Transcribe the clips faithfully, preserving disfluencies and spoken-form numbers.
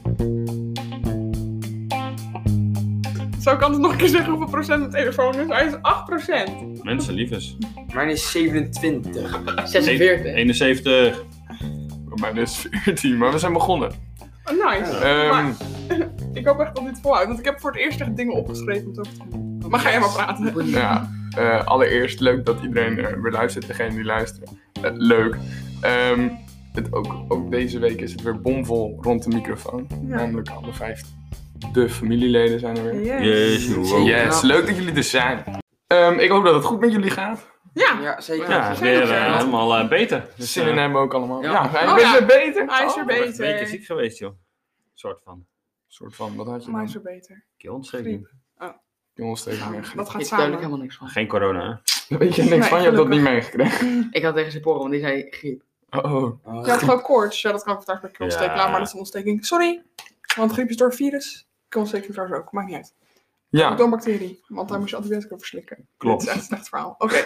Zo kan het nog een keer zeggen hoeveel procent mijn telefoon is. Hij is acht procent. Mensen, liefes. Mijn is zevenentwintig. zesenveertig. eenenzeventig. Mijn is veertien, maar we zijn begonnen. Oh, nice. Um, Maar ik hoop echt dat dit volhoudt, want ik heb voor het eerst echt dingen opgeschreven om het over te doen. Maar ga jij maar praten. ja, uh, allereerst leuk dat iedereen uh, weer luistert, degene die luisteren. Uh, leuk. Um, het, ook, ook deze week is het weer bomvol rond de microfoon. Ja. Namelijk alle vijf de familieleden zijn er weer. Yes. Yes, wow. Yes, leuk dat jullie er zijn. Um, ik hoop dat het goed met jullie gaat. Ja. Ja, zeker. Ja, Ja, weer zeker. uh, helemaal uh, beter. Dus, Zin in uh, hebben we ook allemaal. Ja, Ja. hij Oh, is ja. weer beter. Hij is weer Oh, ik ben een beetje beter. ziek geweest, joh. Soort van. soort van, wat had je Maar hij dan? is weer beter. Keelontsteking. Keelontsteking. Ja, Ja, dat Ik gaat weet duidelijk samen. helemaal niks van. Geen corona, hè? Daar weet je niks Nee, van, je hebt dat gelukkig. niet meegekregen. Ik had tegen Sephora, want die zei griep. Oh, Oh, Je had gewoon koorts. Ja, dat kan ik vandaag bij keelontsteking. Ja. Laat maar, dat is een ontsteking. Sorry. Want griep is door een virus. Keelontsteking trouwens ook. Maakt niet uit. ja. Door een bacterie. Want daar moest je antibiotica voor slikken. Klopt. Dit is echt een slecht verhaal. Oké.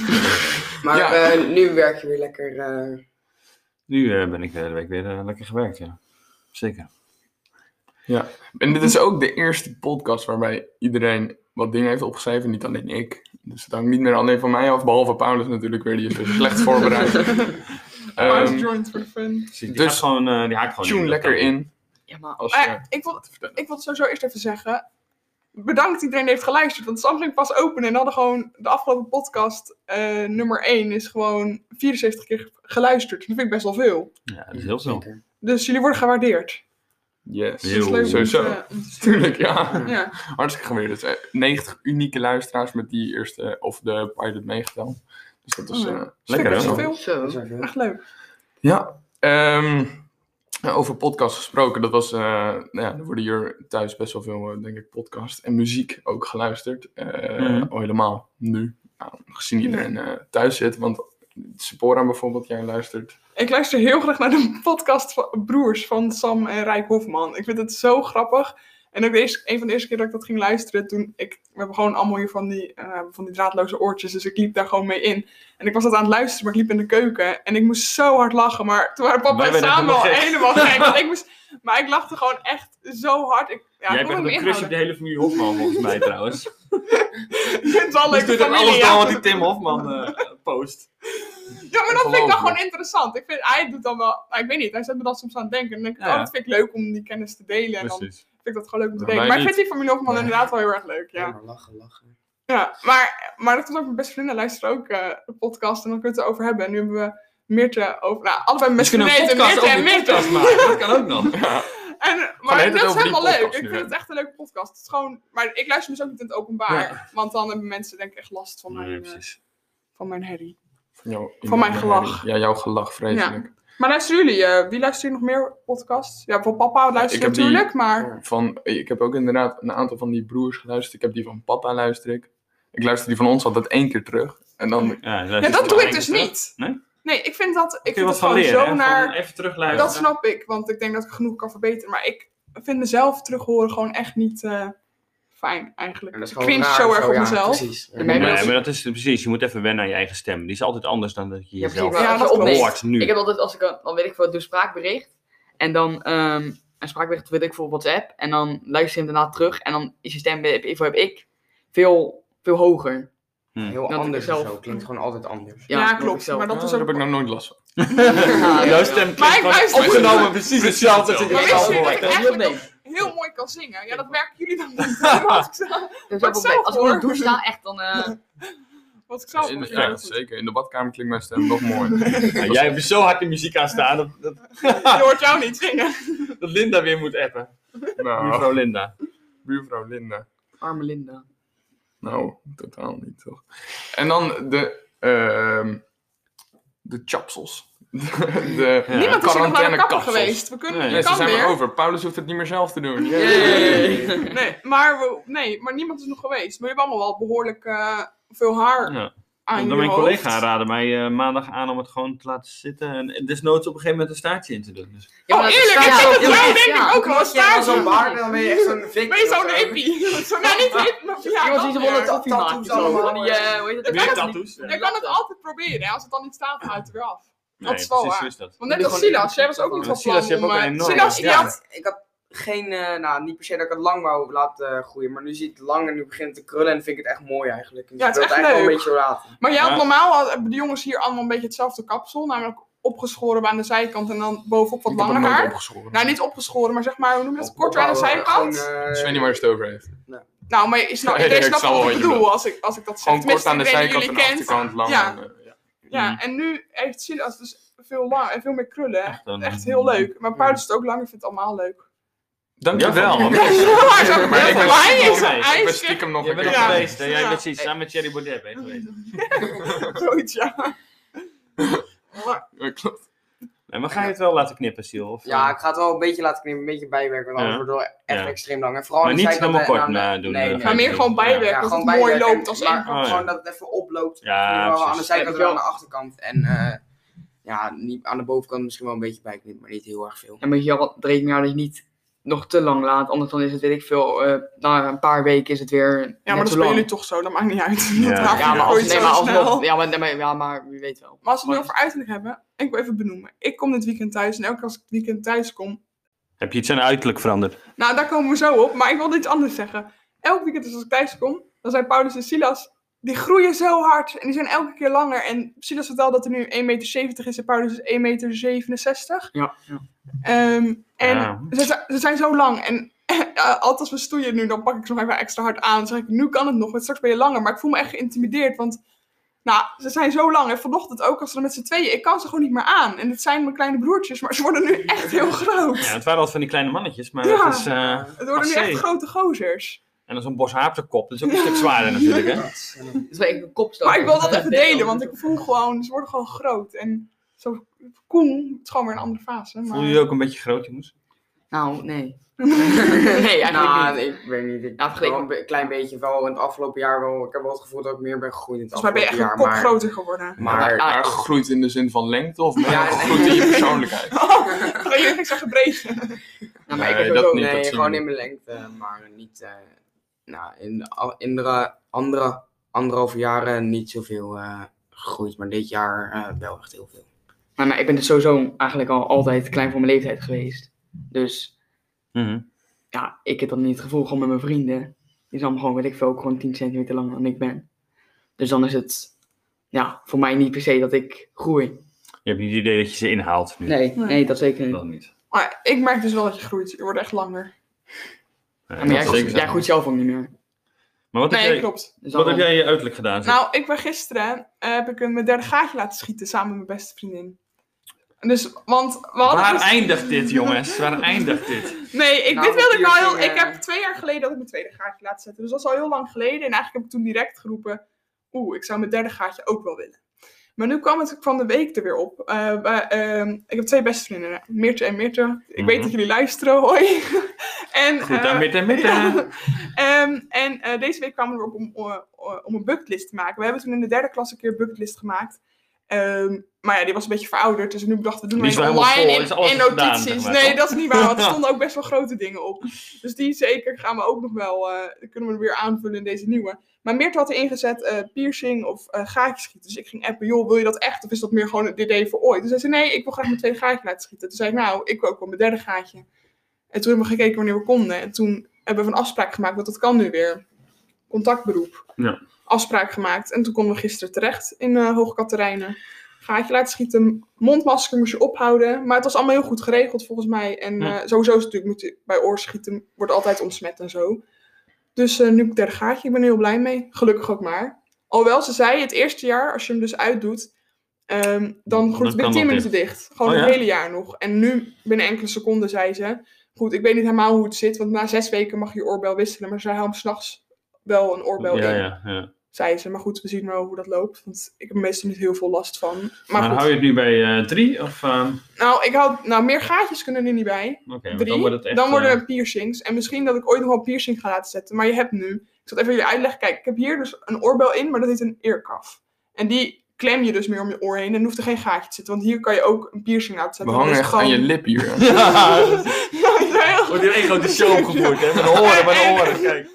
Maar Ja. eh, nu werk je weer lekker. eh, Nu uh, ben ik de hele week weer uh, lekker gewerkt, ja. Zeker. Ja, en dit is ook de eerste podcast waarbij iedereen wat dingen heeft opgeschreven, niet alleen ik. Dus het hangt niet meer alleen van mij af, behalve Paulus natuurlijk weer, die is weer slecht voorbereid. Maar is um, joint for the fun. Dus die, Dus- gaat gewoon, uh, die haakt gewoon tune in. lekker in. Ja, maar Als Maar je, ja, ik wil, ik wil het sowieso eerst even zeggen. Bedankt iedereen die heeft geluisterd. Want Sam ging pas openen en hadden gewoon de afgelopen podcast uh, nummer één is gewoon vierenzeventig keer geluisterd. Dat vind ik best wel veel. Ja, dat is heel veel. zeker. Dus jullie worden gewaardeerd. yes, Heel Dat is leuk om sowieso. te- om te- Tuurlijk, ja. Ja. Hartstikke geweest. Dus, uh, negentig unieke luisteraars met die eerste, of de pilot meegeteld. Dus dat is Oh, uh, ja. Dat Lekker, vind ik hè? best wel veel. Dat zo. is wel veel. Echt leuk. Ja, um, over podcast gesproken, dat was, uh, nou ja, er worden hier thuis best wel veel, uh, denk ik, podcast en muziek ook geluisterd. Uh, Mhm. Al helemaal nu, nou, gezien iedereen uh, thuis zit, want Sephora bijvoorbeeld, jij luistert. Ik luister heel graag naar de podcast van Broers van Sam en Rijk Hofman. Ik vind het zo grappig. En ook de eerste, een van de eerste keer dat ik dat ging luisteren, toen ik, we hebben gewoon allemaal hier van die, uh, van die draadloze oortjes, dus ik liep daar gewoon mee in. En ik was dat aan het luisteren, maar ik liep in de keuken en ik moest zo hard lachen. Maar toen waren papa Wij en werden Samuel helemaal gek. helemaal gek. Want ik moest, maar ik lachte gewoon echt zo hard. Ik, ja, Jij ik kon bent hem een crush op de inhouden. hele familie Hofman, volgens mij trouwens. Ik vind het wel Dus leuk. doet ook alles dan wat die Tim Hofman uh, post. Ja, maar dat vind ik dan Ongelooflijk. gewoon interessant. Ik vind, hij doet dan wel, nou, ik weet niet, hij zet me dan soms aan het denken. En dan denk ik, Ja, oh, ja. dat vind ik leuk om die kennis te delen. En dan Precies. vind ik dat gewoon leuk om te Ja, delen. wij Maar ik vind niet. die familie Hofman Nee. inderdaad wel heel erg leuk, ja. Ja, maar lachen, lachen. Ja, maar, maar dat komt ook mijn beste vrienden luisteren ook uh, de podcast. En dan kunnen we het erover hebben. En nu hebben we Meertje over, nou, allebei mijn We beste kunnen een vrienden heten podcast Meertje en over die Meertje. podcast maken. Dat kan ook nog. Ja, En, Gewoon maar heet het dat is over die helemaal leuk. podcast Ik nu, vind hè? het echt een leuke podcast. Het is gewoon, maar ik luister dus ook niet in het openbaar. Want dan hebben mensen denk ik echt last van mijn, Nee, uh, precies. van mijn herrie. van, jou, Van mijn gelach. Ja, jouw gelach, vreselijk. Maar luisteren jullie, uh, wie luistert hier nog meer podcasts? Ja, voor papa luisteren ik heb die- natuurlijk, maar... Van, ik heb ook inderdaad een aantal van die broers geluisterd. Ik heb die van papa luister ik. Ik luister die van ons altijd één keer terug. En dan, Ja, Ja, dat doe ik dus niet. Nee? Nee, ik vind dat, ik Ik vind wat dat van gewoon leren, zo hè? naar... Van even terugluisteren. Dat snap ik, want ik denk dat ik genoeg kan verbeteren. Maar ik vind mezelf terughoren gewoon echt niet uh, fijn, eigenlijk. En dat is Ik gewoon cringe raar zo of erg op ja, mezelf. Precies. Ja. Ja, maar- Nee, maar dat is precies. Je moet even wennen aan je eigen stem. Die is altijd anders dan dat je Ja, jezelf precies, Ja, maar dat als je klopt. opneemt. hoort nu. Ik heb altijd, als ik, dan dan weet ik wel, doe spraakbericht. En dan um, een spraakbericht weet ik voor WhatsApp. En dan luister je hem daarna terug. En dan is je stem, bij info heb ik, veel, veel hoger. Heel Dat anders ik zelf- of zo. Klinkt gewoon altijd anders. Ja, dat heb klopt, ik zelf. maar dat Ja, is daar ook... heb ik nou nooit last van. Ja, Jouw stem Maar ik klinkt luister- gewoon opgenomen precies hetzelfde als ik Maar het wist zelf je dat hoor. ik eigenlijk ook heel mooi kan zingen? Ja, dat merken jullie dan niet. Als ik zo- Dus Maar ook zelf, bij- als ik hoor. onder de douche sta, echt dan... Uh, Wat ik zelf In, hoor, ja, dat is- zeker. In de badkamer klinkt mijn stem nog mooi. Ja, jij hebt zo hard de muziek aan staan dat, dat, Je hoort jou niet zingen. dat Linda weer moet appen. Nou, Mevrouw Linda. buurvrouw Linda. arme Linda. Nou, totaal niet, toch? En dan de, ehm de chapsels. De, de Ja. Niemand is hier nog naar de kapper quarantaine-kapsels. geweest. We kunnen, Nee, je Nee, ze kan zijn weer. er over. Paulus hoeft het niet meer zelf te doen. Yay. Nee, maar, we, nee, maar niemand is nog geweest. Maar je hebt allemaal wel behoorlijk uh, veel haar Ja. aan je Door mijn hoofd. collega raadde mij uh, maandag aan om het gewoon te laten zitten. En desnoods op een gegeven moment een staartje in te doen. Dus. Ja, Oh, maar dat- eerlijk, ik ja, vind het ja, wel, ja, denk ja. ik ook wel. Als je dan zo'n Staartje. baard en dan ben je echt zo'n viking. Ben je zo'n of zo. hippie? Zo, nou, niet hippie, maar ja, Iemand dat die zo weer. van een toppie maakt. Tattoos Zo. allemaal, Van die, eh, hoe heet het? Je Meer kan het- tattoos. Je kan het altijd proberen. Hè. Als het dan niet staat, dan houdt het er weer af. Dat Nee, is wel precies waar. zo is dat. Want net Doe als gewoon- Silas, jij was ook niet Ja, van plan Silas, je hebt om... ook een eh, enorm- Silas, die Ja, had... ik had geen, uh, nou niet per se dat ik het lang wou laten uh, groeien, maar nu zie ik het lang en nu begint het te krullen en vind ik het echt mooi eigenlijk. Dus ja, het is ik wil echt het leuk. eigenlijk wel een beetje zo laten. Maar je had Ja. normaal, hebben de jongens hier allemaal een beetje hetzelfde kapsel, namelijk opgeschoren aan de zijkant en dan bovenop wat Ik heb hem langer nooit haar. opgeschoren. Nou, niet opgeschoren, maar zeg maar, hoe noem je dat? Op- Korter aan de opbouwen, zijkant. gewoon, uh, Ik weet niet waar je het over heeft. Nou, maar je snapt, Ja, iedereen ik snapt snap wel wat ik wat je bedoel bedoelt. als ik, als ik dat zeg. Gewoon kort Tenminste, aan de iedereen die zijkant en jullie achterkant kent. lang. Ja. En, uh, ja. Ja, Mm. en nu heeft Silas dus veel lang en veel meer krullen. Echt een- Echt heel leuk. Maar Paulus is het ook lang, ik vind het allemaal leuk. Dankjewel. Ja, man. Maar zo- Maar ik ben maar hij stiekem- is een ik ben ijs. stiekem nog Jij een bent keer nog Ja. geweest, hè? Jij Ja. bent precies samen met Thierry Baudet ben je geweest. Zoiets, ja. Maar, Ja, klopt. Nee, maar ga je het wel laten knippen, Siel? Of, Ja, eh? ik ga het wel een beetje laten knippen, een beetje bijwerken, want anders Ja. wordt het wel echt Ja. extreem lang. En vooral Maar aan de niet zijkant, helemaal eh, kort aan de- na doen, Nee, eh, nee, maar meer gewoon bijwerken, Ja, dat gewoon het mooi bijwerken loopt als en- maar één Oh, ja. gewoon dat het even oploopt. Ja, In ieder geval aan de precies. zijkant Ja, en aan de achterkant. En uh, ja, niet, aan de bovenkant misschien wel een beetje bijknippen, maar niet heel erg veel. En moet je al rekening houden dat je niet nog te lang laat. Anders dan is het, weet ik veel, eh, na een paar weken is het weer ja, net maar dat zo spelen lang. jullie toch zo, dat maakt niet uit. Ja. Dat haal je Ja, maar, nooit als, nee, zo maar snel. alsnog. Ja, maar, nee, maar, ja, maar wie weet wel. Maar als we het nu over uiterlijk hebben, ik wil even benoemen. Ik kom dit weekend thuis en elke keer als ik het weekend thuis kom... Heb je iets aan uiterlijk veranderd? Nou, daar komen we zo op, maar ik wilde iets anders zeggen. Elk weekend als ik thuis kom, dan zijn Paulus en Silas... Die groeien zo hard en die zijn elke keer langer. En Silas vertelde dat hij nu één meter zeventig is en Paulus is één meter zevenenzestig. Ja, ja. Ehm, en Ja. ze, zi- ze zijn zo lang. En ja, altijd als we stoeien nu, dan pak ik ze nog even extra hard aan. Dan zeg ik, nu kan het nog, want straks ben je langer. Maar ik voel me echt geïntimideerd, want nou, ze zijn zo lang. En vanochtend ook, als ze er met z'n tweeën, ik kan ze gewoon niet meer aan. En het zijn mijn kleine broertjes, maar ze worden nu echt heel groot. Ja, het waren al van die kleine mannetjes, maar Ja. het is... eh, Het worden nu passé. echt grote gozers. En dan zo'n bos haar op de kop, dat is ook een stuk zwaarder natuurlijk, hè? Het is wel een kopstoot. Maar ik wil dat even delen, want ik voel gewoon, ze worden gewoon groot. En zo cool, het is gewoon weer een andere fase. Maar... Voel je je ook een beetje groot, jongens? Nou, nee. nee, eigenlijk Nou, niet. ik weet niet. Ik Ja, vergeleken wel een klein beetje wel in het afgelopen jaar wel. Ik heb wel het gevoel dat ik meer ben gegroeid in het Volgens mij ben je echt een afgelopen kop jaar. groter geworden. Maar, maar Ah, Maar gegroeid in de zin van lengte of ben je Ja, ook nee. gegroeid in je persoonlijkheid? Oh, jullie ik zeggen breed. Nou, maar ik Nee, heb dat ook niet. nee, zien gewoon we. in mijn lengte, maar niet. Uh, nou, in de a- in de andere anderhalve jaren niet zoveel uh, gegroeid, maar dit jaar uh, wel echt heel veel. Maar, maar ik ben dus sowieso eigenlijk al altijd klein voor mijn leeftijd geweest. Dus Mhm. ja, ik heb dan niet het gevoel gewoon met mijn vrienden. Die zijn gewoon, weet ik veel, ook gewoon tien centimeter langer dan ik ben. Dus dan is het, ja, voor mij niet per se dat ik groei. Je hebt niet het idee dat je ze inhaalt nu? Nee, Nee. nee, dat zeker niet. Dat niet. Maar ik merk dus wel dat je groeit. Je wordt echt langer. Nee, Ja, maar jij, dat groeit- zeker jij zo. groeit zelf ook niet meer. Maar wat, heb Nee, jij, klopt. Dus wat al- heb jij in je uiterlijk gedaan? zeg? Nou, ik ben gisteren, eh, heb ik een mijn derde gaatje laten schieten samen met mijn beste vriendin. Dus, want we hadden Waar dus- eindigt dit, jongens? Waar eindigt dit? Nee, ik, Nou, dit wilde ik al heel... piercing, Ik eh. heb twee jaar geleden dat ik mijn tweede gaatje laten zetten. Dus dat is al heel lang geleden. En eigenlijk heb ik toen direct geroepen... Oeh, ik zou mijn derde gaatje ook wel willen. Maar nu kwam het van de week er weer op. Eh, wij, ehm, ik heb twee beste vriendinnen. Meertje en Meertje. Ik Mhm. weet dat jullie luisteren, hoi. en, Goed, eh, dan met en met. ja. Ehm, en eh, deze week kwamen we erop om, uh, uh, om een bucketlist te maken. We hebben toen in de derde klas een keer een bucketlist gemaakt. Ehm, maar ja, die was een beetje verouderd. Dus nu dachten we doen Die is we wel online helemaal vol, in, is alles in gedaan, notities. zeg maar, nee, toch? dat is niet waar. Want er stonden ook best wel grote dingen op. Dus die zeker gaan we ook nog wel, uh, kunnen we weer aanvullen in deze nieuwe. Maar Meert had erin gezet uh, piercing of uh, gaatjes schieten. Dus ik ging appen, joh, wil je dat echt? Of is dat meer gewoon een idee voor ooit? Dus hij zei, nee, ik wil graag mijn tweede gaatje laten schieten. Toen zei ik, nou, ik wil ook wel mijn derde gaatje. En toen hebben we gekeken wanneer we konden. En toen hebben we een afspraak gemaakt, want dat kan nu weer. Contactberoep. Ja. Afspraak gemaakt. En toen konden we gisteren terecht in uh, Hoge Katerijnen. Gaatje laten schieten, mondmasker moest je ophouden. Maar het was allemaal heel goed geregeld volgens mij. En uh, sowieso is het natuurlijk, moet je bij oorschieten, wordt altijd ontsmet en zo. Dus uh, nu heb ik derde gaatje, ik ben er heel blij mee. Gelukkig ook maar. Alhoewel, ze zei het eerste jaar, als je hem dus uitdoet, um, dan groeit het binnen tien minuten dicht. Gewoon oh, het ja? hele jaar nog. En nu, binnen enkele seconden, zei ze... Goed, ik weet niet helemaal hoe het zit, want na zes weken mag je je oorbel wisselen. Maar zij houdt hem s'nachts wel een oorbel Ja, in, ja, ja. zei ze. Maar goed, we zien wel hoe dat loopt, want ik heb er meestal niet heel veel last van. Maar, Maar goed. hou je het nu bij uh, drie? Of, uh... Nou, ik hou, nou, meer gaatjes kunnen er niet bij. Oké, okay, Drie, dan wordt het echt... dan worden uh... er piercings. En misschien dat ik ooit nog wel een piercing ga laten zetten. Maar je hebt nu... Ik zal het even jullie uitleggen. Kijk, ik heb hier dus een oorbel in, maar dat heet een earcuff. En die klem je dus meer om je oor heen. En dan hoeft er geen gaatje te zitten. Want hier kan je ook een piercing laten We zetten. hangen Dat echt is aan je gewoon- lip hier. Ja, Ja, ik ben heel wordt hier één grote show opgevoerd, hè? Met de horen, met de horen, kijk.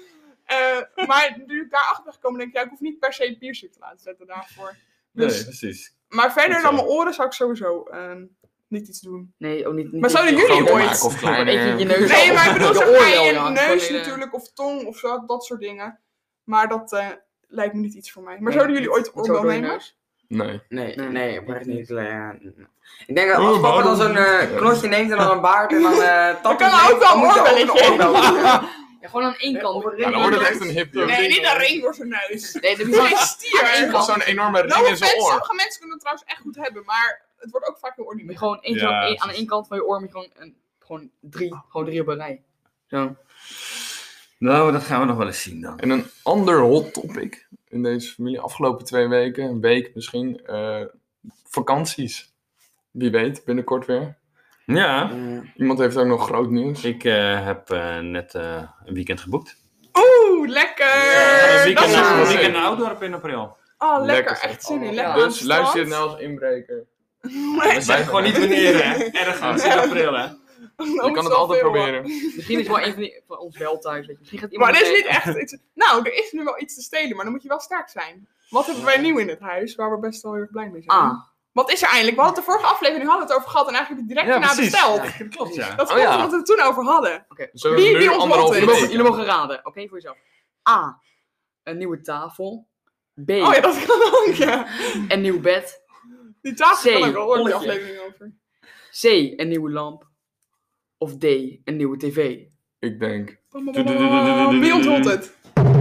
Uh, maar nu ik daarachter ben gekomen, denk ik, ja, ik hoef niet per se een piercing te laten zetten daarvoor. Dus, Nee, precies. maar verder Goed dan zo. mijn oren zou ik sowieso uh, niet iets doen. Nee, ook niet. niet Maar zouden niet- jullie Groter ooit- maken of Gewoon kleiner. eentje in je neus. Nee, maar ik bedoel, Je zeg maar oordeel, je ja. neus Gewoon, eh, natuurlijk, of tong, of zo, dat soort dingen. Maar dat eh, lijkt me niet iets voor mij. Maar Nee, zouden jullie niet- ooit niet zo oorbel door je nemen? neus. Nee. Nee, Nee. nee, oprecht niet. eh, ik denk dat Oh, als papa dan waarom zo'n eh, niet? knotje neemt en dan een baard en dan uh, Dan kan er ook wel een oorbelletje. Ja, gewoon aan één kant. Of een Ja, dan wordt het echt een hip, joh. Nee, niet een ring door zijn neus. Nee, dat is Geen gewoon stier. Of zo'n enorme ring Nou, in zijn mensen, oor. sommige mensen kunnen het trouwens echt goed hebben, maar het wordt ook vaak heel ordinair. gewoon eentje Ja, aan, één- aan precies. één kant van je oor, maar gewoon, een, gewoon drie, gewoon drie op een rij. Zo. Nou, dat gaan we nog wel eens zien dan. En een ander hot topic in deze familie, afgelopen twee weken, een week misschien, eh, vakanties. Wie weet, binnenkort weer. Ja, Iemand heeft ook nog groot nieuws. ik eh, heb eh, net eh, een weekend geboekt. Oeh, lekker! een Dat weekend, is wel een goed. leuk. weekend in Oudorp in april. Oh, lekker. Lekker, zeg. Echt zin in. Oh, Lekker ja. aan Dus het luister je strand. het nou als inbreker. We zeggen gewoon niet wanneer, hè. Ergens in april, hè. Dan Je is kan het wel altijd veel, proberen. Misschien is wel een van, die, van ons wel thuis. Weet je. Misschien gaat iemand Maar er is meteen- niet echt iets... Nou, er is nu wel iets te stelen, maar dan moet je wel sterk zijn. Wat hebben wij nieuw in het huis, waar we best wel heel erg blij mee zijn? Ah, Wat is er eindelijk? We hadden de vorige aflevering hadden we het over gehad en eigenlijk heb je direct daarna besteld. Ja, dat klopt, ja. Dat Oh, komt ja. omdat we het toen over hadden. Zullen Wie- we wie nu ons anderhalf wat jullie, uur mogen, weet? jullie eten? mogen raden. Oké, voor jezelf. A. Een nieuwe tafel. B. Oh ja, dat kan ook, ja. Een nieuw bed. Die tafel C, kan ook al, hoor, die bolletje. aflevering over. C. Een nieuwe lamp. Of D. Een nieuwe tv. Ik denk. Wie onthult het?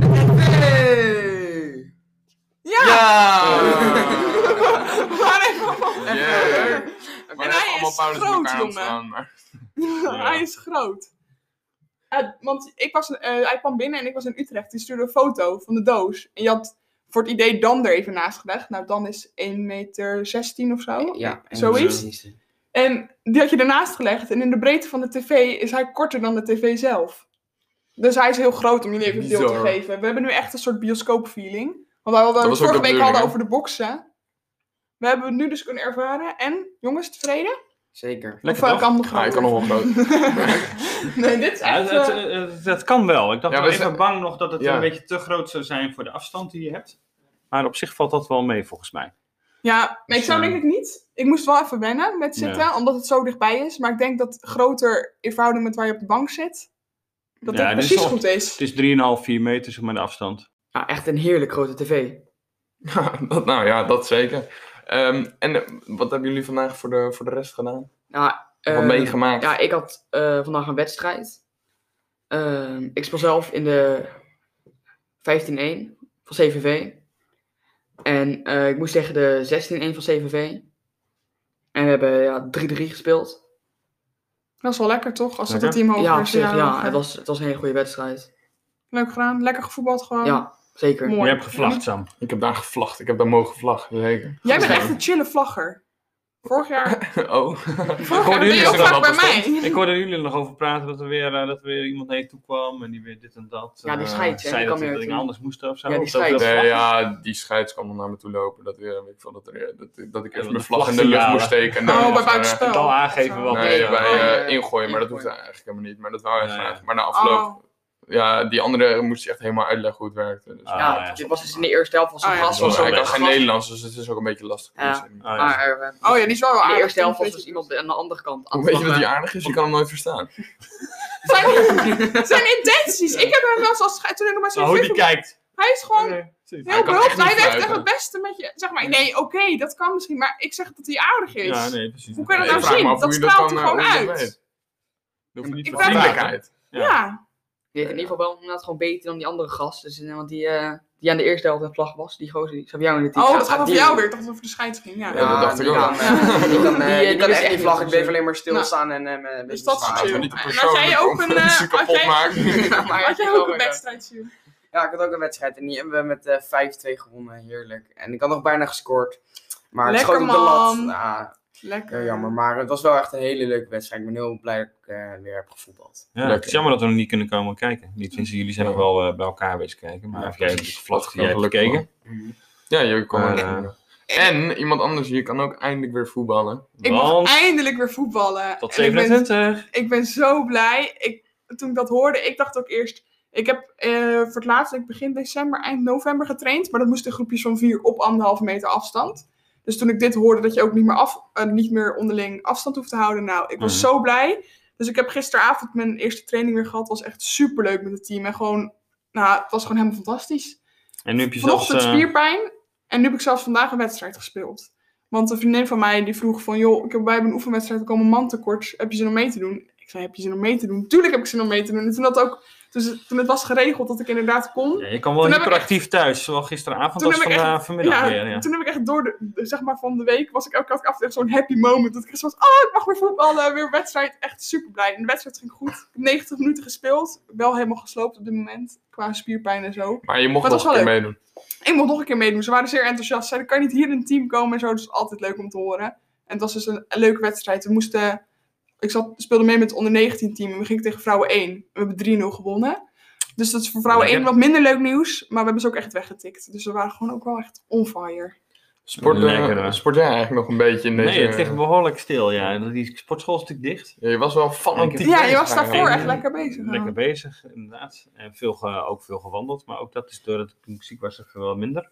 Hey! Ja! Maar even- Yeah. En Maar hij allemaal is Paulus in groot, elkaar aan het jongen. slaan, maar- Hij is groot. Eh, want ik was, eh, hij kwam binnen en ik was in Utrecht. Die stuurde een foto van de doos. En je had voor het idee Dan er even naast gelegd. Nou, Dan is één meter zestien of zo. Ja, en Zoiets? precies. En die had je ernaast gelegd. En in de breedte van de tv is hij korter dan de tv zelf. Dus hij is heel groot om jullie even een beeld te Bizar. geven. We hebben nu echt een soort bioscoopfeeling. Want we hadden Dat het was ook vorige de week hadden bedoeling, over de boksen. We hebben het nu dus kunnen ervaren. En, jongens, tevreden? Zeker. Lekker, of eh, toch? kan het nog Ah, ik kan nog wel groot. Nee, dit is Ja, echt... het, eh, het, het, het kan wel. Ik dacht Ja, wel we even zijn- bang nog dat het Ja. een beetje te groot zou zijn voor de afstand die je hebt. Maar op zich valt dat wel mee, volgens mij. Ja, maar ik zou Dus, denk ik niet. Ik moest wel even wennen met zitten, Ja. omdat het zo dichtbij is. Maar ik denk dat groter in verhouding met waar je op de bank zit, dat Ja, dit dit is precies al- goed is. Het is drie komma vijf, vier meter, zeg maar, de afstand. Ja, echt een heerlijk grote tv. Ja, dat, nou ja, dat zeker. Ehm, en eh, wat hebben jullie vandaag voor de, voor de rest gedaan? Nou, Wat eh, meegemaakt? Ja, ik had eh, vandaag een wedstrijd. Ehm, ik speel zelf in de vijftien één van C V V. En eh, ik moest tegen de zestien één van C V V. En we hebben ja, drie drie gespeeld. Dat is wel lekker toch? Als dat Lekker. het team hoger Ja, op is. zich, ja. eh, Het was, het was een hele goede wedstrijd. Leuk gedaan, lekker gevoetbald gewoon. Ja, zeker. Mooi. Je hebt gevlacht, Sam. Ik heb daar gevlacht. Ik heb daar mogen vlaggen, zeker. Jij bent Ja. echt een chille vlagger. Vorig jaar, Oh. vorig hoorde jaar ben je jullie ook zo vaak dat bij bestond. mij. Ik hoorde jullie er nog over praten dat er weer, eh, dat er weer iemand naar je toe kwam en die weer dit en dat. Ja, die eh, scheids, hè, zei die dat kwam er weer dingen toe. anders moesten of zo. Ja, die Of dat- scheids. dat- Nee, ja, die scheids kwam dan naar me toe lopen. Dat, weer, weet ik veel, dat, er, dat, dat ik Ja, eerst de mijn vlag in de lucht vlagsignalen. moest steken. En Oh, dan bij was er, eh, buitenspel. het al aangeven Of wat- zo. Nee, Ja. bij Oh, eh, ja. ingooien, maar dat hoefde Ingooien. eigenlijk helemaal niet. Maar dat wou hij Ja, graag. ja. Maar na afloop, Oh. ja, die andere moest je echt helemaal uitleggen hoe het werkte. Dus, Ah, ja, ja. dit was dus in de eerste helft van zijn Ah, ja. gras. Dat Was was hij wel kan best. geen Nederlands, dus het is ook een beetje lastig. Ja. Dus, Ah, ja. Maar eh, Oh ja, die is wel wel in de aardig. eerste helft was Weet dus je. iemand aan de andere kant aan Hoe het weet je dat hij vlaggen. aardig is? Je kan hem nooit verstaan. Zijn, zijn intenties. Ik heb hem wel eens als schei- toen ik nog bij zijn Oh, hoe die vlieg- kijkt. Hij is gewoon Hij heel kan echt behulpzaam. niet Hij werkt echt fluiten. het beste met je. Zeg maar, nee, oké, dat kan misschien, maar ik zeg dat hij aardig is. Ja, nee, precies. Hoe kan je Ik dat nou vraag me zien? af Dat hoe je dat straalt dan, er eh, gewoon hoe je dat uit. weet. Dat hoeft niet Ik voor vraag me- vriendelijkheid. Ja. Die heeft in ieder geval wel inderdaad gewoon beter dan die andere gast. Dus, eh, want die, eh, die aan de eerste helft een vlag was, die gozer, die zat bij jou in het team. Oh, Ja, dat gaat over die- jou weer. Ik dacht dat het over de scheids ging. Ja. Ja, dat dacht ik die ook. Kan, eh, die kan, eh, Die, eh, die die kan is echt echt niet vlaggen, ik niet bleef alleen maar stilstaan en eh, een beetje Dus dat is zwaaien. Laten we chill. niet te En persoonlijk had jij ook om een, eh, mensen had kapot jij- maken. Ja, maar Had jij ja, ook een wel, ja. wedstrijd, Sjoerd? Ja, ik had ook een wedstrijd en die hebben we met eh, vijf twee gewonnen. Heerlijk. En ik had nog bijna gescoord. Maar het Lekker, schoot op de lat. man. Ja, Lekker. heel jammer. Maar het was wel echt een hele leuke wedstrijd. Ik ben heel blij dat ik eh, weer heb gevoetbald. Ja, het is jammer dat we nog niet kunnen komen kijken. Niet sinds jullie zijn Ja. nog wel eh, bij elkaar geweest kijken. Maar Ja, of jij hebt precies. gevlacht, Dat jij hebt gelukkig gekeken. Ja, je kon Maar, er- En iemand anders, je kan ook eindelijk weer voetballen. Ik mag Want eindelijk weer voetballen. tot En ik ben- zevenentwintig. Ik ben zo blij. Ik, toen ik dat hoorde, ik dacht ook eerst... Ik heb eh, voor het laatst, ik begin december, eind november getraind. Maar dat moest in groepjes van vier op anderhalve meter afstand. Dus toen ik dit hoorde, dat je ook niet meer, af, uh, niet meer onderling afstand hoeft te houden. Nou, ik was Mhm. zo blij. Dus ik heb gisteravond mijn eerste training weer gehad. Het was echt superleuk met het team. En gewoon, nou, het was gewoon helemaal fantastisch. En nu heb je zelfs... Vanochtend eh, spierpijn. En nu heb ik zelfs vandaag een wedstrijd gespeeld. Want een vriendin van mij die vroeg van... joh, ik heb bij een oefenwedstrijd, er komen man tekort. Heb je zin om mee te doen? Ik zei, heb je zin om mee te doen? Tuurlijk heb ik zin om mee te doen. En toen, dat ook, dus, toen het was geregeld dat ik inderdaad kon... ja, je kan wel Toen heb ik hyperactief thuis, zowel gisteravond Toen als heb ik van, echt- uh, vanmiddag Ja, weer. Ja. toen heb ik echt door de, de- zeg maar van de week... was ik elke keer af en toe zo'n happy moment. Dat ik echt zo was, oh, ik mag weer voetballen. Weer wedstrijd. Echt super blij. En de wedstrijd ging goed. Ik heb negentig minuten gespeeld. Wel helemaal gesloopt op dit moment. Qua spierpijn en zo. Maar je mocht Maar het nog een was keer wel meedoen. Ik mocht nog een keer meedoen. Ze waren zeer enthousiast. Ze zeiden, kan je niet hier in een team komen en zo. Dus altijd leuk om te horen. En het was dus een, een leuke wedstrijd. We moesten... Ik zat, speelde mee met het onder negentien team. En we gingen tegen vrouwen één. We hebben drie nul gewonnen. Dus dat is voor vrouwen Lekker. één wat minder leuk nieuws. Maar we hebben ze ook echt weggetikt. Dus we waren gewoon ook wel echt on fire. Sport, uh, Lekker, hè? sport jij eigenlijk nog een beetje in deze... Nee, het ligt behoorlijk stil. Ja. Die sportschool is natuurlijk dicht. Ja, je was wel fanatiek. Ja, je bezig was daarvoor eigenlijk. echt lekker bezig. ja. Lekker bezig, inderdaad. En veel ge- ook veel gewandeld. Maar ook dat is doordat ik toen ziek was even wel minder.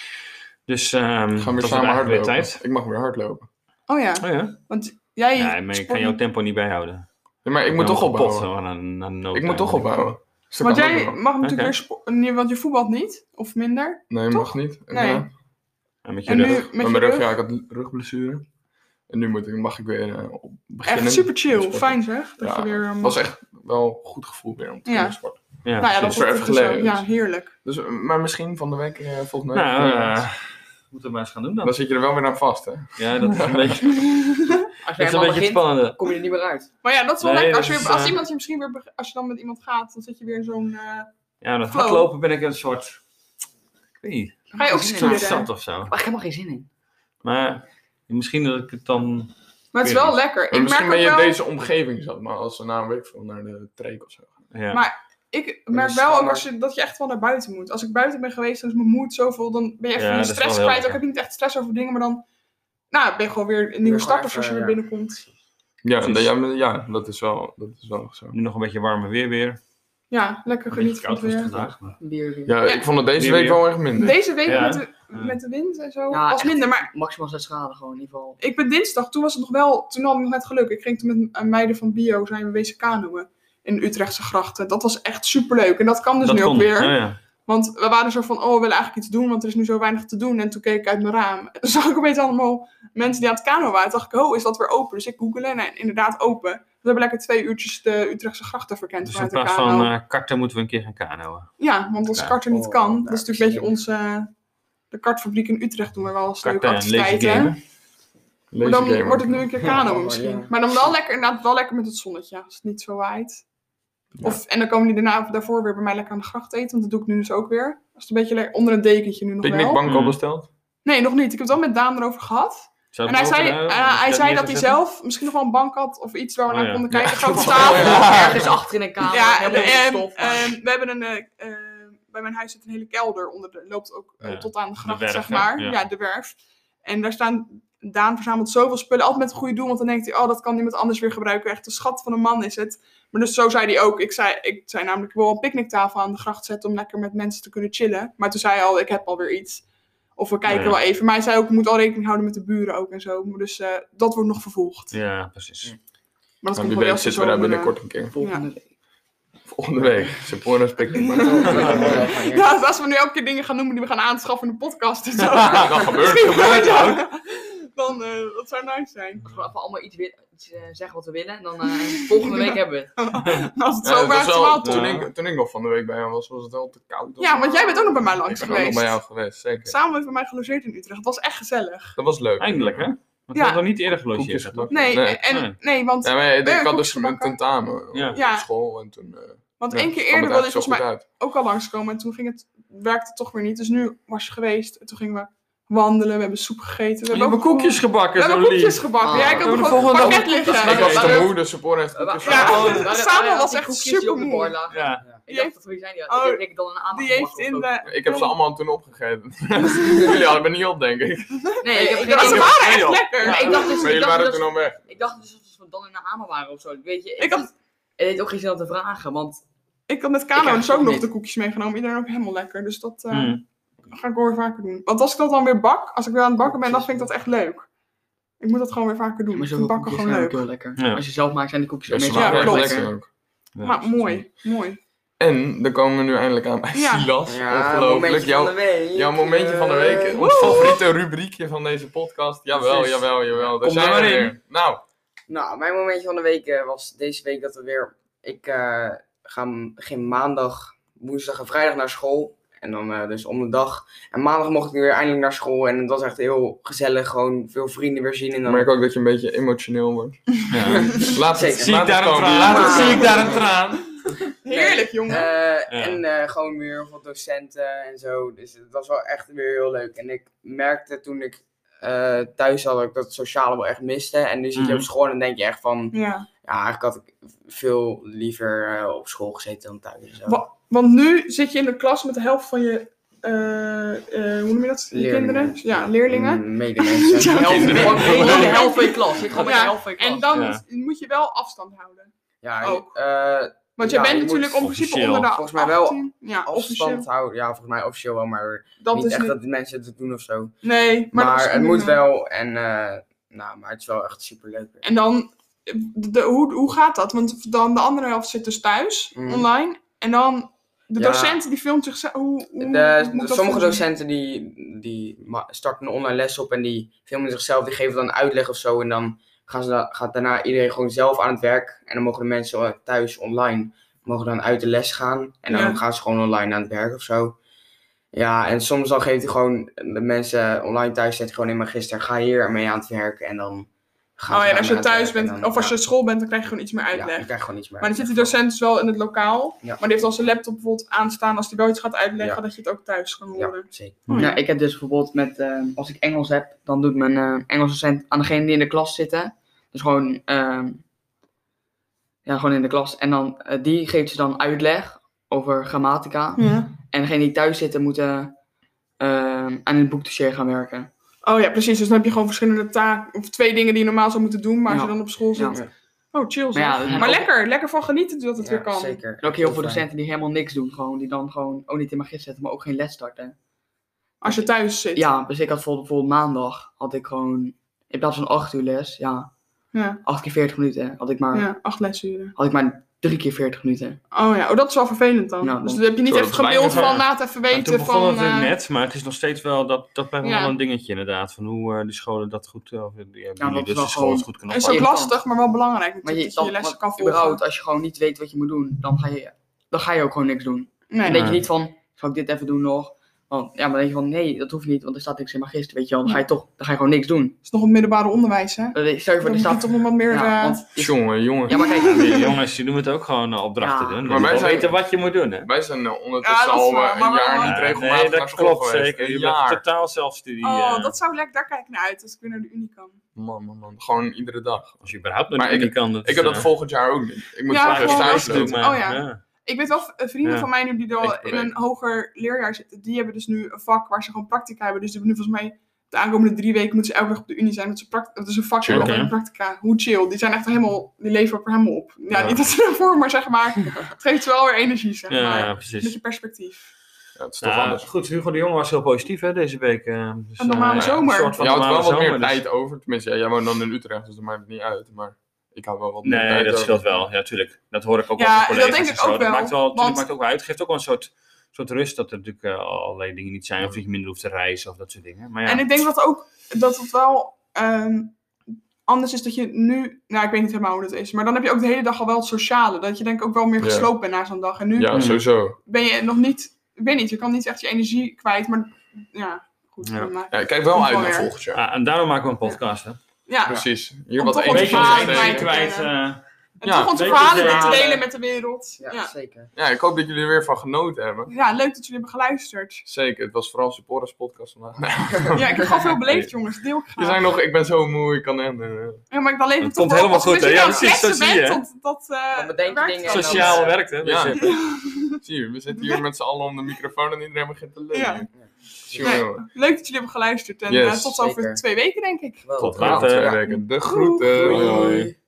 Dus um, We gaan weer dat is samen eigenlijk weer hardlopen. tijd. Ik mag weer hardlopen. Oh ja, Oh ja? want jij... Ja, maar je kan jouw tempo niet bijhouden. Ja, maar ik moet ben toch wel kapot, opbouwen. zo, na- na no Ik time. moet toch opbouwen. Dus dat Want kan ook jij wel. mag natuurlijk Oké. weer... spo- nee, want je voetbalt niet? Of minder? Nee, toch? mag niet. En, Nee. eh, En met je En rug. nu met met je mijn rug, rug? ja, ik had een rugblessure. En nu moet ik, mag ik weer uh, op beginnen. Echt super chill. Sporten. Fijn zeg. Dat Ja, je weer... um, Het was echt wel een goed gevoel weer om te Ja. kunnen sporten. Ja, nou ja, dat dat is was weer echt even zo. geleden, Ja, dus. heerlijk. Dus, uh, maar misschien van de week, uh, volgende week. Nou, uh, uh, moeten we maar eens gaan doen dan. dan zit je er wel weer aan vast, hè? Ja, dat is een beetje, Als dat jij is helemaal een beetje het begint, spannende. kom je er niet meer uit. Maar ja, dat is wel Nee, lekker. Als, dat je, is, als uh, iemand je misschien weer... beg- Als je dan met iemand gaat, dan zit je weer in zo'n... uh, Ja, dat Flow. hardlopen ben ik een soort... Ik weet niet. Ga je ook Zin in. Een soort skiën? zat of zo. Daar heb ik helemaal geen zin in. Maar misschien dat ik het dan... Maar het is Ik weet wel niet. lekker. Maar Ik misschien merk ben ook je wel... deze omgeving zat, maar als ze na een week veel naar de treek of zo gaan. Ja. Maar ik merk is wel ook gewoon- als je, dat je echt wel naar buiten moet. Als ik buiten ben geweest, dan is mijn moed zoveel. Dan ben je even Ja, je dat is stress wel heel kwijt. Ik lekker. heb niet echt stress over dingen, maar dan nou, ben je gewoon weer een nieuwe gewoon starters als je even, weer ja. binnenkomt. Ja, en Precies. dat- ja, maar- ja, dat is wel, dat is wel zo. Nu nog een beetje warmer weer weer. Ja, lekker Een genieten beetje van het koud was weer. het vandaag. Maar... Bier weer. Ja, Ja. ik vond het deze Weer week weer. wel echt minder. Deze week Ja. met, de, Ja. met de wind en zo Ja, was echt. minder. Maar Maximaal zes graden gewoon in ieder geval. ik ben dinsdag, toen was het nog wel, toen had ik nog net geluk. Ik ging toen met een meiden van Bio, zijn we wezen kanoën in de Utrechtse grachten. Dat was echt superleuk. En dat kan dus dat nu ook kon. weer. Oh, ja. Want we waren zo van, oh, we willen eigenlijk iets doen, want er is nu zo weinig te doen. En toen keek ik uit mijn raam. En toen zag ik opeens allemaal mensen die aan het kanoën waren. Toen dacht ik, oh, is dat weer open? Dus ik googelde en eh, inderdaad open. Dus we hebben lekker twee uurtjes de Utrechtse grachten verkend Dus in vanuit de plaats kano. van uh, karten moeten we een keer gaan kanoën. Ja, want als Ja. karter niet Oh, kan, daar dat is heb natuurlijk ik een zin beetje onze... De kartfabriek in Utrecht doen we wel eens leuke Karten en lazy activiteiten. gamen. Maar dan Lazy gamer. wordt het nu een keer kanoën Ja, misschien. ja. Maar dan wel lekker, inderdaad wel lekker met het zonnetje, als het niet zo waait. Ja. Of, en dan komen die daarna of daarvoor weer bij mij lekker aan de gracht eten, want dat doe ik nu dus ook weer. Als het een beetje le- onder een dekentje nu nog wel. Picknickbank al Mm. besteld? Nee, nog niet. Ik heb het wel met Daan erover gehad. Zou En het hij zei, mogen, uh, eh, hij dat zei dat hij neerzetten? zelf misschien nog wel een bank had of iets waar we Oh, naar ja. konden Ja, kijken. Gewoon dat op is wel- tafel. Ja. Ergens achter in een kamer. Ja, helemaal en, in de en, stof. maar- en we hebben een, eh, eh, bij mijn huis zit een hele kelder onder de, loopt ook eh, Ja, tot aan de gracht, werf, zeg hè? maar. Ja. Ja. de werf. En daar staan, Daan verzamelt zoveel spullen, altijd met een goede doel, want dan denkt hij, oh, dat kan iemand anders weer gebruiken. Echt een schat van een man is het. Maar dus zo zei hij ook. Ik zei, ik zei namelijk, ik wil een picknicktafel aan de gracht zetten om lekker met mensen te kunnen chillen. Maar toen zei hij al, ik heb alweer iets. Of we kijken Ja. wel even. Maar hij zei ook, ik moet al rekening houden met de buren ook en zo. Dus uh, dat wordt nog vervolgd. Ja, precies. Maar dat Nou, komt wie wel weet eens de zitten we daar zomer, binnenkort een keer. Volgende Ja. week. Volgende week. Sephora Picknickbank. uh, ja, als we nu elke keer dingen gaan noemen die we gaan aanschaffen in de podcast. En zo. Dat gebeurt. Misschien gebeurt wel, ook. ja. Dan, uh, dat zou nice zijn. Gewoon even allemaal iets, wi- iets uh, zeggen wat we willen. En dan uh, volgende week hebben we het. Als het Ja, zo dat was werkt, wel- wel toen, toch? ik, toen ik nog van de week bij hem was, was het wel te koud. Ja, want jij bent ook nog bij mij langs Ik ben ook nog geweest. bij jou geweest, zeker. Samen heeft bij mij gelogeerd in Utrecht. Het was echt gezellig. Dat was leuk. Eindelijk, hè? Want we Ja. hadden nog niet eerder Koekjes gelogeerd. hè, toch? gebakken. Nee, Nee. En, Nee. nee want, Ja, maar ik, Ben je ik had koekjes dus een gebakken? tentamen op Ja. Ja. school en toen... eh, want ja, één keer kwam eerder het wilde je eigenlijk volgens mij zo goed uit. ook al langskomen. En toen ging het, werkte het toch weer niet. Dus nu was je geweest. En toen gingen we wandelen. We hebben soep gegeten. We We hebben ook koekjes gewoon- gebakken, We zo hebben koekjes lief. gebakken. Ah. Ja, ik We had hebben nog de een volgende pakket dag- liggen. Ik Ja, was ja, te ja. moe, dus Sephora heeft koekjes Ja. gebakken. Samen was echt koekjes die op de supermoe. bar lagen. Ja. Ik dacht dat wie zijn die? Oh, Ik denk dan een aandacht. Die heeft in de... Ik heb ze allemaal toen opgegeten. Jullie hadden me niet op, denk ik. Nee, ik heb Ik geen dacht, ze idee. waren echt joh. lekker. Ja, ik dacht dus, Maar ik jullie dacht waren dus, toen al weg. ik dacht dus dat we dan in de Ama waren of zo. Weet je, ik, Ik dacht, had, het heeft ook geen zin om te vragen, want ik had met Ik Kano heb dus ook het nog niet. de koekjes meegenomen. Iedereen ook helemaal lekker. Dus dat... eh, Hmm. ga ik wel weer vaker doen. Want als ik dat dan weer bak, als ik weer aan het bakken ben, dan vind ik dat echt leuk. Ik moet dat gewoon weer vaker doen. Maar Ik zo vind bakken koekjes gewoon zijn ook leuk. heel lekker. Ja. Als je zelf maakt, zijn de koekjes Ja, ook ze meestal Ja, maken heel echt klopt. lekker lekker. ook. Maar mooi, mooi. En dan komen we nu eindelijk aan bij Ja. Silas. Ja, Ongelooflijk. momentje Jouw, van de week. jouw momentje van de week. Eh, Ons favoriete rubriekje van deze podcast. Jawel, Precies. jawel, jawel. Daar Kom zijn er we maar in. weer. Nou, Nou, mijn momentje van de week eh, was deze week dat we weer... Ik eh, ga m- ging maandag, woensdag en vrijdag naar school. En dan eh, dus om de dag. En maandag mocht ik weer eindelijk naar school. En het was echt heel gezellig. Gewoon veel vrienden weer zien. En ik dan... merk ook dat je een beetje emotioneel wordt. Ja. Laat het, Zeker. Zie laat ik het daar een komen. traan? Laat het Ja. Zie zien. ik daar een traan? Heerlijk, jongen. Eh, En eh, gewoon weer heel veel docenten en zo. Dus het was wel echt weer heel leuk. En ik merkte toen ik eh, thuis had dat ik dat het sociale wel echt miste. En nu zit je Mhm. op school en dan denk je echt van... Ja. Ja, eigenlijk had ik veel liever eh, op school gezeten dan thuis. En zo. Wa- Want nu zit je in de klas met de helft van je, eh, eh, hoe noem je dat? Je Leerlingen. kinderen? Ja, leerlingen. Mm, Medemensen. Ja, De helft, Nee, gewoon nee, gewoon nee. de helft van je klas. Je zit gewoon met Ja, de helft van je klas. En dan Ja. moet, moet je wel afstand houden. Ja, Ook. eh, Want Ja, jij bent je natuurlijk moet in principe officieel. onder de Volgens mij wel achttien. Ja, officieel. afstand houden. Ja, volgens mij officieel wel, maar Dat niet is echt niet... dat de mensen het doen of zo. Nee, maar, Maar, dat is het niet, moet eh, wel en eh, nou, maar het is wel echt super leuk. En dan, de, hoe, hoe gaat dat? Want dan de andere helft zit dus thuis, Mm. online. En dan, de Ja. docent die filmt zichzelf. Hoe, hoe, De, hoe moet dat sommige voor- docenten die, die ma- starten een online les op en die filmen zichzelf, die geven dan uitleg of zo. En dan gaan ze da- gaat daarna iedereen gewoon zelf aan het werk. En dan mogen de mensen eh, thuis online mogen dan uit de les gaan. En dan Ja. gaan ze gewoon online aan het werk of zo. Ja, en soms dan geeft hij gewoon de mensen online thuis, zet hij gewoon in magister, ga hier mee aan het werk. En dan gaan Oh ze ja, en als je daarmee aan thuis het werk. bent, En dan- of als je ja, op school bent, dan krijg je gewoon iets meer ja, uitleg. je krijgt gewoon iets meer Maar dan zit die uitleg. docent dus wel in het lokaal. Ja. Maar die heeft al zijn laptop bijvoorbeeld aanstaan. Als hij wel iets gaat uitleggen, Ja. dat je het ook thuis kan Ja, horen. zeker. Oh, ja. Ja, ik heb dus bijvoorbeeld met, eh, als ik Engels heb, dan doet mijn eh Engels docent aan degene die in de klas zitten. Dus gewoon, ehm, ja, gewoon in de klas. En dan, eh, die geeft ze dan uitleg over grammatica. Ja. En degene die thuis zitten moeten ehm, aan het boekdossier gaan werken. Oh ja, precies. Dus dan heb je gewoon verschillende taken. Of twee dingen die je normaal zou moeten doen. Maar als Ja. je dan op school zit. Ja. Oh, chill Maar zeg. ja, Maar, er zijn ook- lekker. Lekker van genieten dat het Ja, weer kan. zeker. En ook heel veel fijn. docenten die helemaal niks doen. Gewoon, die dan gewoon ook niet in magister zitten, maar ook geen les starten. Als je thuis zit. Ja, dus ik had bijvoorbeeld, bijvoorbeeld maandag, had ik gewoon, in plaats van acht uur les, ja, Ja, acht keer veertig minuten. Had ik maar, ja, acht lesuren. had ik maar drie keer veertig minuten. Oh ja, oh, dat is wel vervelend dan. Nou, dus dan- dan heb je niet Zo, even dat is gebeeld bijna- van laat even Maar weten toen begon van... het natuurlijk eh, net, maar het is nog steeds wel, dat, dat blijft nog Ja. wel een dingetje inderdaad. Van hoe eh die scholen dat goed, of die, die, dat jullie is dus wel de school het gewoon- goed kunnen is ook oppakken. irritant. lastig, maar wel belangrijk Maar natuurlijk, je, dat je dan, je lessen want kan volgen. überhaupt, als je gewoon niet weet wat je moet doen, dan ga je, dan ga je ook gewoon niks doen. Nee, Dan denk je Nee. niet van, zal ik dit even doen nog? Want, ja, maar dan denk je van, nee, dat hoeft niet, want er staat niks in magister, weet je wel. Dan ga je toch, dan ga je gewoon niks doen. het is nog het middelbare onderwijs, hè? Dan stel je voor, Dan er moet je staat... toch nog wat meer... Ja, eh, want, Jongen, jongen. ja, maar kijk, Nee, jongens, die doen het ook gewoon eh, opdrachten Ja. doen. Maar Maar wij wij zijn- weten wat je moet doen, hè? Wij zijn eh, Ja, ondertussen dat is al waar, eh, een maar jaar wel- niet Ja, regelmatig nee, naar dat school klopt geweest. zeker. Een Je bent jaar. totaal zelfstudie. Oh, eh, dat zou lekker... Daar kijk ik naar uit, als ik weer naar de Unie kan. Man, man, man. Gewoon iedere dag. Als je überhaupt nog Maar niet ik- kan. Dat Ik is, heb dat eh, volgend jaar ook niet. Ik moet Ja, ja, gewoon stage rustig. doen. doen, maar, Oh ja. ja. Ik weet wel, eh, vrienden Ja. van mij nu die al Eentje per in een week. hoger leerjaar zitten, die hebben dus nu een vak waar ze gewoon practica hebben. Dus die hebben nu volgens mij de aankomende drie weken moeten ze elke dag op de Unie zijn. Dat, ze pract- dat is een vak Chill, met hè? practica. Hoe chill. Die zijn echt helemaal, die leven ook er helemaal op. Ja, Ja. niet dat ze ervoor, maar zeg maar, het geeft wel weer energie, zeg Ja, maar. ja, Een precies. beetje perspectief. Ja, het is toch Nou, anders. goed, Hugo de Jong was heel positief hè, deze week. eh, dus, Een normale eh, zomer. Een soort van Je houdt wel normale wat meer zomer, dus- tijd over. Tenminste, ja, jij woont dan in Utrecht, dus dat maakt het niet uit. Maar ik hou wel wat meer tijd Nee, dat over. scheelt wel. Ja, tuurlijk. Dat hoor ik ook Ja, wel van dat collega's denk en ik zo. ook Dat wel, maakt wel, tuurlijk want- maakt ook wel uit. Het geeft ook wel een soort, soort rust dat er natuurlijk eh, allerlei dingen niet zijn. Of dat je minder hoeft te reizen of dat soort dingen. Maar ja, En ik denk dat ook, dat het wel ehm, anders is dat je nu, nou ik weet niet helemaal hoe dat is, maar dan heb je ook de hele dag al wel het sociale. Dat je denk ik ook wel meer Ja. gesloopt bent na zo'n dag. En nu Ja, Mm. sowieso. ben je nog niet, ik weet niet, je kan niet echt je energie kwijt, maar ja, goed. Ja. Maar, Ja, ik kijk wel Komt uit wel naar weer. volgend jaar. ah, en daarom maken we een podcast. Hè? ja, Precies. Hier Om wat toch Een onze beetje energie onze verhalen in energie kwijt steken. kwijt. te eh, en Ja, toch onze beetje verhalen weer te verhalen. delen met de wereld. Ja, Ja. zeker. Ja, ik hoop dat jullie er weer van genoten hebben. Ja, leuk dat jullie hebben geluisterd. Zeker, het was vooral een supporters podcast vandaag. Ja, ik heb gewoon veel beleefd, jongens. Deel ik Je graag. zei nog, ik ben zo moe, ik kan hem. eh. Ja, maar dan leef ik Het toch komt wel, helemaal als je goed, dus hè? niet Ja, aan het precies, zo kletsen zie je, bent, hè? dat, dat eh, Dan bedenk je werkt dingen gewoon. en dan- Sociaal werkt, hè? Ja. Dus, eh, Zie je, we zitten hier met z'n allen om de microfoon en iedereen begint te leunen. Ja. Jongen, Nee, jongen. leuk dat jullie hebben geluisterd. En Yes, eh, tot over zeker. twee weken, denk ik. Wel. Tot Ja, later. twee weken. De groeten. Doei. Hoi.